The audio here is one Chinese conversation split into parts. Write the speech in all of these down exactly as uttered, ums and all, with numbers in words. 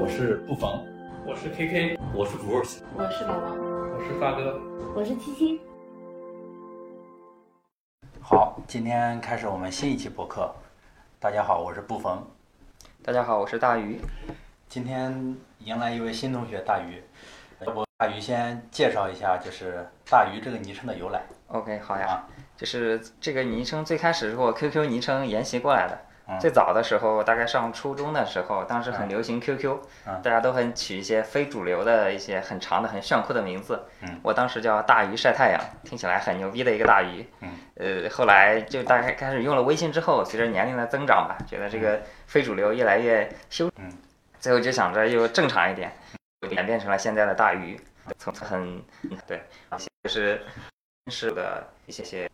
我是不妨， 我是 K K， 我是 Bruce， 我是宝宝， 我是发哥， 我是七七。 好，今天开始我们新一期播客。大家好，我是不逢。 大家好，我是大鱼。 今天迎来一位新同学大鱼，要不大鱼先介绍一下，就是大鱼这个昵称的由来。 OK， 好呀， 啊、 就是这个昵称最开始是我 Q Q 昵称沿袭过来的。 嗯、 最早的时候，大概上初中的时候，当时很流行 Q Q，、 嗯、 大家都很取一些非主流的一些很长的、很炫酷的名字。 嗯、 我当时叫大鱼晒太阳，听起来很牛逼的一个大鱼。 嗯、 呃，后来就大概开始用了微信之后，随着年龄的增长吧，觉得这个非主流越来越羞。 嗯、 最后就想着又正常一点，演变成了现在的大鱼。从很对，就是是的一些些。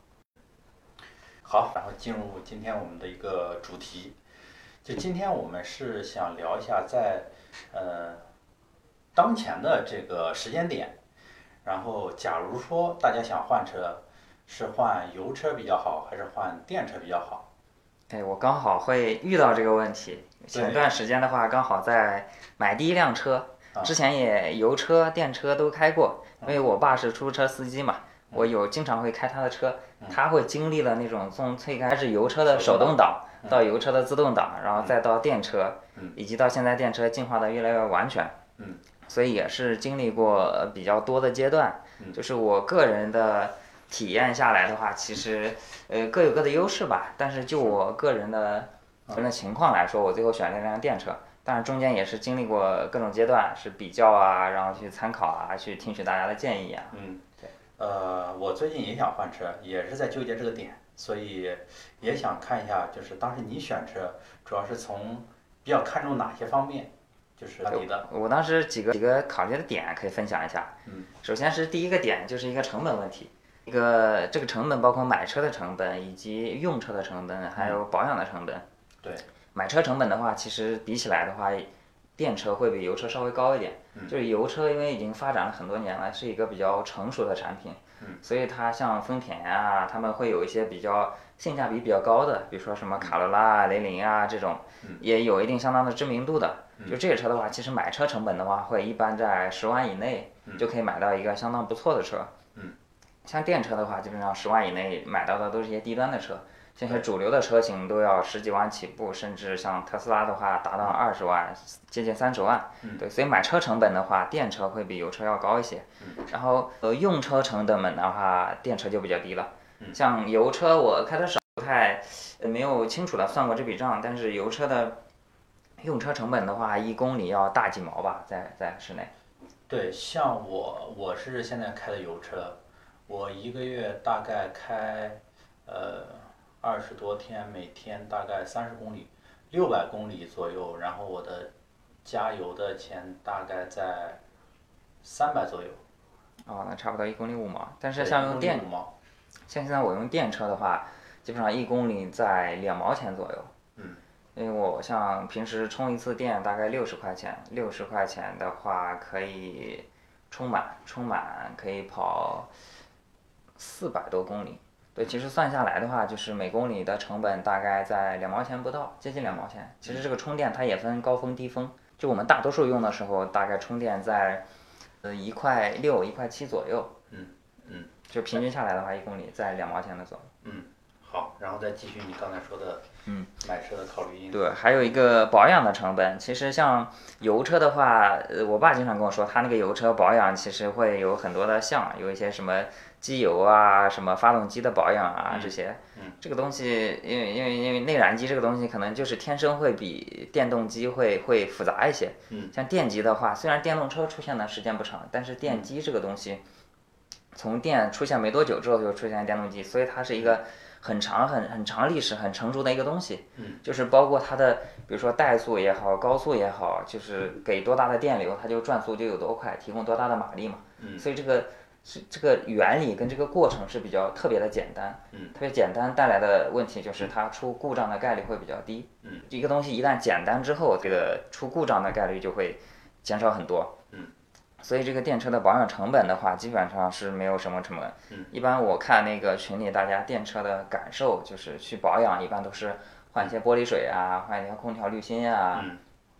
好，然后进入今天我们的一个主题。就今天我们是想聊一下在呃当前的这个时间点，然后假如说大家想换车，是换油车比较好，还是换电车比较好？ 对，我刚好会遇到这个问题。前段时间的话，刚好在买第一辆车，之前也油车、电车都开过，因为我爸是出租车司机嘛。我有经常会开他的车，他会经历了那种从最开始油车的手动挡到油车的自动挡，然后再到电车，以及到现在电车进化的越来越完全，所以也是经历过比较多的阶段。就是我个人的体验下来的话，其实呃各有各的优势吧，但是就我个人的个人的情况来说，我最后选了一辆电车。但是中间也是经历过各种阶段，是比较啊，然后去参考啊，去听取大家的建议啊。 嗯，对。呃，我最近也想换车，也是在纠结这个点，所以也想看一下，就是当时你选车主要是从比较看重哪些方面？就是你的。 我当时几个几个考虑的点可以分享一下。 嗯。 首先是第一个点，就是一个成本问题。一个这个成本包括买车的成本，以及用车的成本，还有保养的成本。 对。 买车成本的话，其实比起来的话，电车会比油车稍微高一点。 嗯、 就是油车因为已经发展了很多年了，是一个比较成熟的产品， 嗯、 所以它像丰田啊，他们会有一些比较性价比比较高的，比如说什么卡罗拉啊、雷凌啊这种， 嗯、 也有一定相当的知名度的。 嗯、 就这些车的话，其实买车成本的话，会一般在十万以内就可以买到一个相当不错的车。 嗯、 像电车的话，基本上十万以内买到的都是一些低端的车。现在主流的车型都要十几万起步，甚至像特斯拉的话达到二十万，接近三十万。 嗯、 对，所以买车成本的话，电车会比油车要高一些。 嗯、 然后呃，用车成本的话，电车就比较低了。 嗯、 像油车我开的少，不太呃没有清楚的算过这笔账，但是油车的用车成本的话，一公里要大几毛吧，在在市内。 对，像我我是现在开的油车，我一个月大概开呃。二十多天，每天大概三十公里，六百公里左右，然后我的加油的钱大概在三百左右。 哦，那差不多一公里五毛。但是像用电，像现在我用电车的话，基本上一公里在两毛钱左右。 嗯。 因为我像平时充一次电大概六十块钱，六十块钱的话可以充满，充满可以跑四百多公里。对，其实算下来的话，就是每公里的成本大概在两毛钱不到，接近两毛钱。其实这个充电它也分高峰低峰，就我们大多数用的时候，大概充电在呃一块六、一块七左右。 嗯嗯。 就平均下来的话，一公里在两毛钱的左右。 嗯，好，然后再继续你刚才说的， 嗯， 买车的考虑因素。 对，还有一个保养的成本。其实像油车的话，呃，我爸经常跟我说，他那个油车保养其实会有很多的项，有一些什么机油啊，什么发动机的保养啊， 嗯、 这些。 嗯。 这个东西，因为因为因为内燃机这个东西可能就是天生会比电动机会会复杂一些。 嗯。 像电机的话，虽然电动车出现的时间不长，但是电机这个东西，从电出现没多久之后就出现电动机，所以它是一个很长很很长历史很成熟的一个东西。 嗯。 就是包括它的，比如说怠速也好，高速也好，就是给多大的电流，它就转速就有多快，提供多大的马力嘛。 嗯。 所以这个是这个原理跟这个过程是比较特别的简单。 嗯。 特别简单带来的问题就是它出故障的概率会比较低。 嗯。 一个东西一旦简单之后，这个出故障的概率就会减少很多。 嗯。 所以这个电车的保养成本的话，基本上是没有什么成本。 嗯。 一般我看那个群里大家电车的感受，就是去保养，一般都是换一些玻璃水啊，换一些空调滤芯啊， 嗯、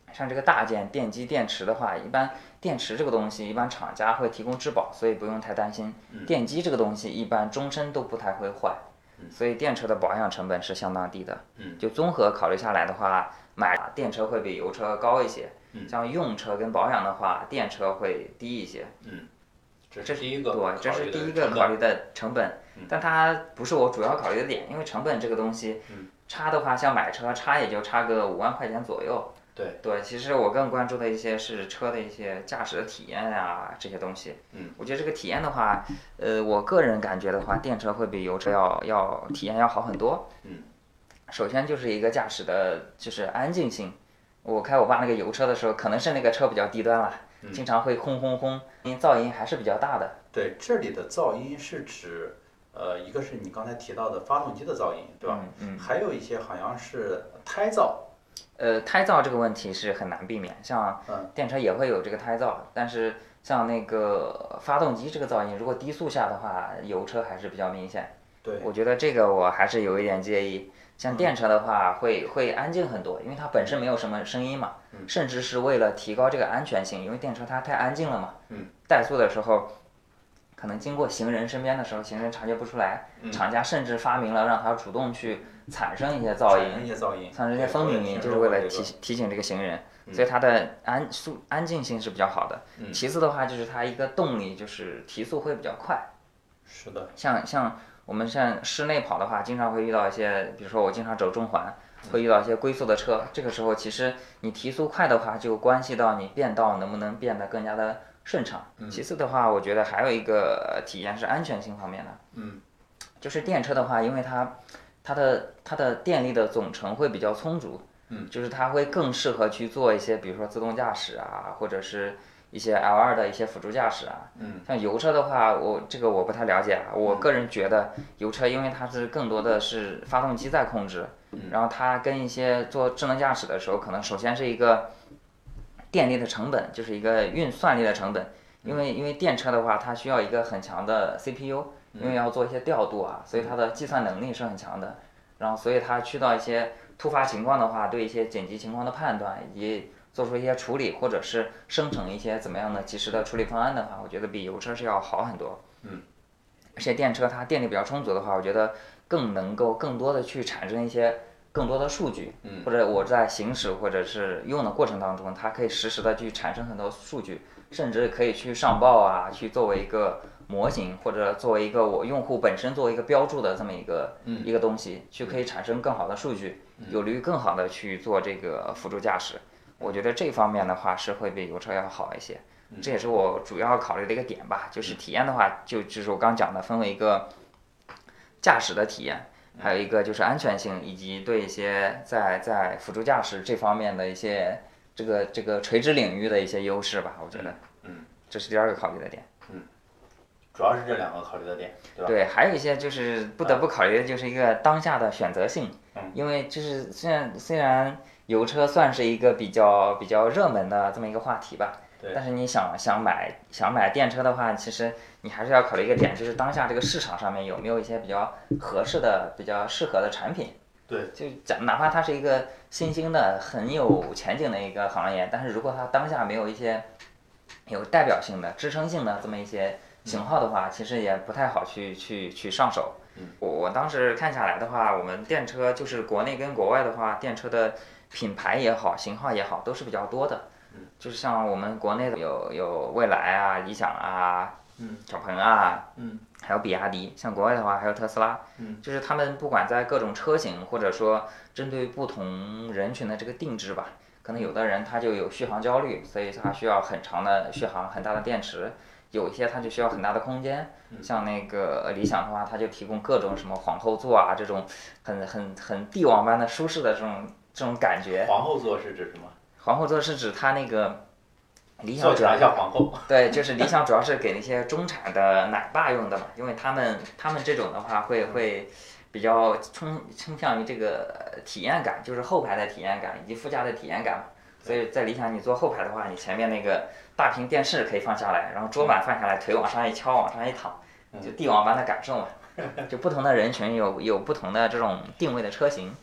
像这个大件电机电池的话，一般电池这个东西一般厂家会提供质保，所以不用太担心。电机这个东西一般终身都不太会坏，所以电车的保养成本是相当低的。就综合考虑下来的话，买电车会比油车高一些。像用车跟保养的话，电车会低一些。 嗯，这是第一个对，这是第一个考虑的成本，但它不是我主要考虑的点，因为成本这个东西，差的话像买车差也就差个五万块钱左右。 对对，其实我更关注的一些是车的一些驾驶的体验啊，这些东西。 嗯， 我觉得这个体验的话，呃，我个人感觉的话，电车会比油车要要体验要好很多。 嗯， 首先就是一个驾驶的，就是安静性。我开我爸那个油车的时候，可能是那个车比较低端了， 嗯、 经常会轰轰轰，因为噪音还是比较大的。 对，这里的噪音是指，呃，一个是你刚才提到的发动机的噪音，对吧？ 嗯。嗯还有一些好像是胎噪。 呃，胎噪这个问题是很难避免，像电车也会有这个胎噪，但是像那个发动机这个噪音，如果低速下的话，油车还是比较明显。 对， 我觉得这个我还是有一点介意。像电车的话会，会会安静很多，因为它本身没有什么声音嘛， 嗯、 甚至是为了提高这个安全性，因为电车它太安静了嘛。 嗯。 怠速的时候，可能经过行人身边的时候，行人察觉不出来， 嗯、 厂家甚至发明了让它主动去产生一些噪音， 一些噪音， 像这些风鸣音，就是为了提提醒这个行人，所以它的安速安静性是比较好的。 嗯、 其次的话，就是它一个动力就是提速会比较快。 是的。 像像我们像室内跑的话，经常会遇到一些，比如说我经常走中环，会遇到一些龟速的车，这个时候其实你提速快的话，就关系到你变道能不能变得更加的顺畅。 嗯、 其次的话，我觉得还有一个体验是安全性方面的。 嗯。 就是电车的话，因为它它的它的电力的总成会比较充足， 嗯， 就是它会更适合去做一些，比如说自动驾驶啊，或者是一些 L 二 的一些辅助驾驶啊。 嗯， 像油车的话，我这个我不太了解啊。我个人觉得油车，因为它是更多的是发动机在控制， 嗯， 然后它跟一些做智能驾驶的时候，可能首先是一个电力的成本，就是一个运算力的成本。因为因为电车的话，它需要一个很强的 C P U。因为要做一些调度啊，所以它的计算能力是很强的。然后，所以它去到一些突发情况的话，对一些紧急情况的判断，以及做出一些处理，或者是生成一些怎么样的及时的处理方案的话，我觉得比油车是要好很多。 嗯。 而且电车它电力比较充足的话，我觉得更能够更多的去产生一些更多的数据， 嗯， 或者我在行驶或者是用的过程当中，它可以实时的去产生很多数据，甚至可以去上报啊，去作为一个模型，或者作为一个我用户本身作为一个标注的这么一个、 嗯、 一个东西，去可以产生更好的数据，有利于更好的去做这个辅助驾驶。我觉得这方面的话是会比油车要好一些，这也是我主要考虑的一个点吧。就是体验的话，就就是我刚讲的，分为一个驾驶的体验，还有一个就是安全性，以及对一些在在辅助驾驶这方面的一些这个这个垂直领域的一些优势吧。我觉得， 嗯， 这是第二个考虑的点。 嗯。主要是这两个考虑的点，对吧？ 对，还有一些就是不得不考虑的就是一个当下的选择性， 嗯、 因为就是虽然虽然油车算是一个比较比较热门的这么一个话题吧，但是你想想买想买电车的话，其实你还是要考虑一个点，就是当下这个市场上面有没有一些比较合适的、比较适合的产品。 对， 就讲哪怕它是一个新兴的、很有前景的一个行业，但是如果它当下没有一些有代表性的、支撑性的这么一些型号的话，其实也不太好去去去上手。 嗯， 我我当时看下来的话，我们电车就是国内跟国外的话，电车的品牌也好，型号也好，都是比较多的。 嗯， 就是像我们国内的有有蔚来啊、理想啊、 嗯、 小鹏啊， 嗯， 还有比亚迪。像国外的话，还有特斯拉。 嗯， 就是他们不管在各种车型，或者说针对不同人群的这个定制吧，可能有的人他就有续航焦虑，所以他需要很长的续航、很大的电池。有一些它就需要很大的空间，像那个理想的话，它就提供各种什么皇后座啊，这种很很很帝王般的舒适的这种这种感觉。 皇后座是指什么？ 皇后座是指它那个理想坐起来像皇后。 对，就是理想主要是给那些中产的奶爸用的嘛，因为他们他们这种的话会会比较倾倾向于这个体验感，就是后排的体验感以及副驾的体验感嘛。所以在理想你坐后排的话，你前面那个大屏电视可以放下来，然后桌板放下来，腿往上一敲，往上一躺，就帝王般的感受嘛。就不同的人群有有不同的这种定位的车型。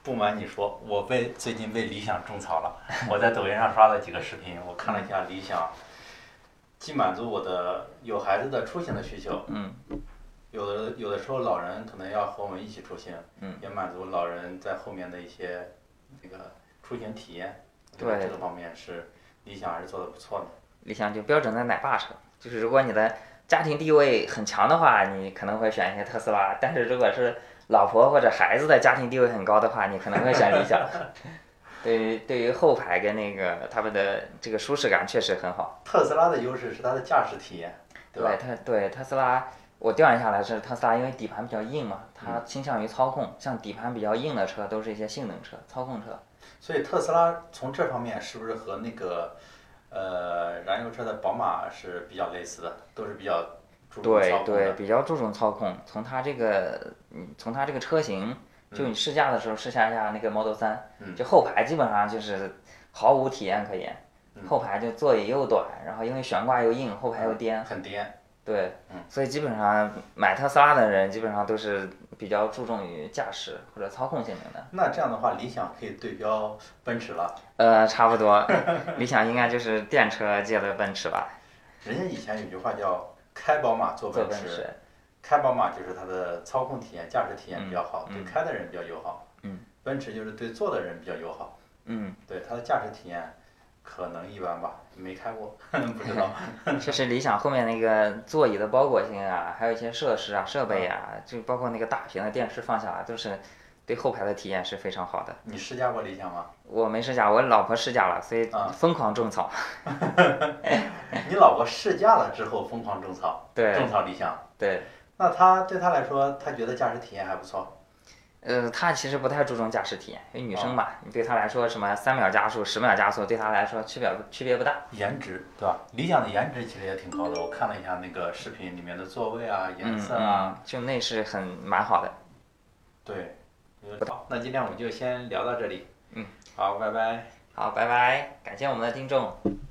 不瞒你说，我被最近被理想种草了。我在抖音上刷了几个视频，我看了一下理想，既满足我的有孩子的出行的需求， 嗯， 有的有的时候老人可能要和我们一起出行， 嗯， 也满足老人在后面的一些这个出行体验。 对， 这个方面是理想还是做的不错的。 理想就标准的奶爸车，就是如果你的家庭地位很强的话，你可能会选一些特斯拉；但是如果是老婆或者孩子的家庭地位很高的话，你可能会选理想。对于对于后排跟那个他们的这个舒适感确实很好。 特斯拉的优势是它的驾驶体验，对吧？ 对它对特斯拉，我调研下来是特斯拉，因为底盘比较硬嘛，它倾向于操控，像底盘比较硬的车都是一些性能车、操控车。 所以特斯拉从这方面是不是和那个呃燃油车的宝马是比较类似的，都是比较注重操控的？ 对对，比较注重操控。从它这个，嗯，从它这个车型，就你试驾的时候试驾一下那个 Model 三、 嗯， 就后排基本上就是毫无体验可言， 嗯、 后排就座椅又短，然后因为悬挂又硬，后排又颠， 很颠。 对， 嗯， 所以基本上买特斯拉的人基本上都是比较注重于驾驶或者操控性能的。 那这样的话，理想可以对标奔驰了。 呃，差不多，理想应该就是电车界的奔驰吧。 人家以前有句话叫“开宝马坐奔驰”， 奔驰开宝马就是它的操控体验、驾驶体验比较好， 嗯、 对开的人比较友好。 嗯， 奔驰就是对坐的人比较友好。 嗯， 对它的驾驶体验可能一般吧，没开过，不知道。 确实，理想后面那个座椅的包裹性啊，还有一些设施啊、设备啊，就包括那个大屏的电视放下来，都是对后排的体验是非常好的。 你试驾过理想吗？ 我没试驾，我老婆试驾了，所以疯狂种草。 你老婆试驾了之后疯狂种草， 对， 种草理想。 对。 那她对她来说，她觉得驾驶体验还不错。 呃，她其实不太注重驾驶体验，因为女生嘛，你对她来说什么三秒加速、十秒加速，对她来说区别区别不大。 颜值，对吧？理想的颜值其实也挺高的，我看了一下那个视频里面的座位啊、颜色啊， 嗯嗯、就内饰很蛮好的。 对，好，那今天我们就先聊到这里。 嗯， 好，拜拜。 好，拜拜，感谢我们的听众。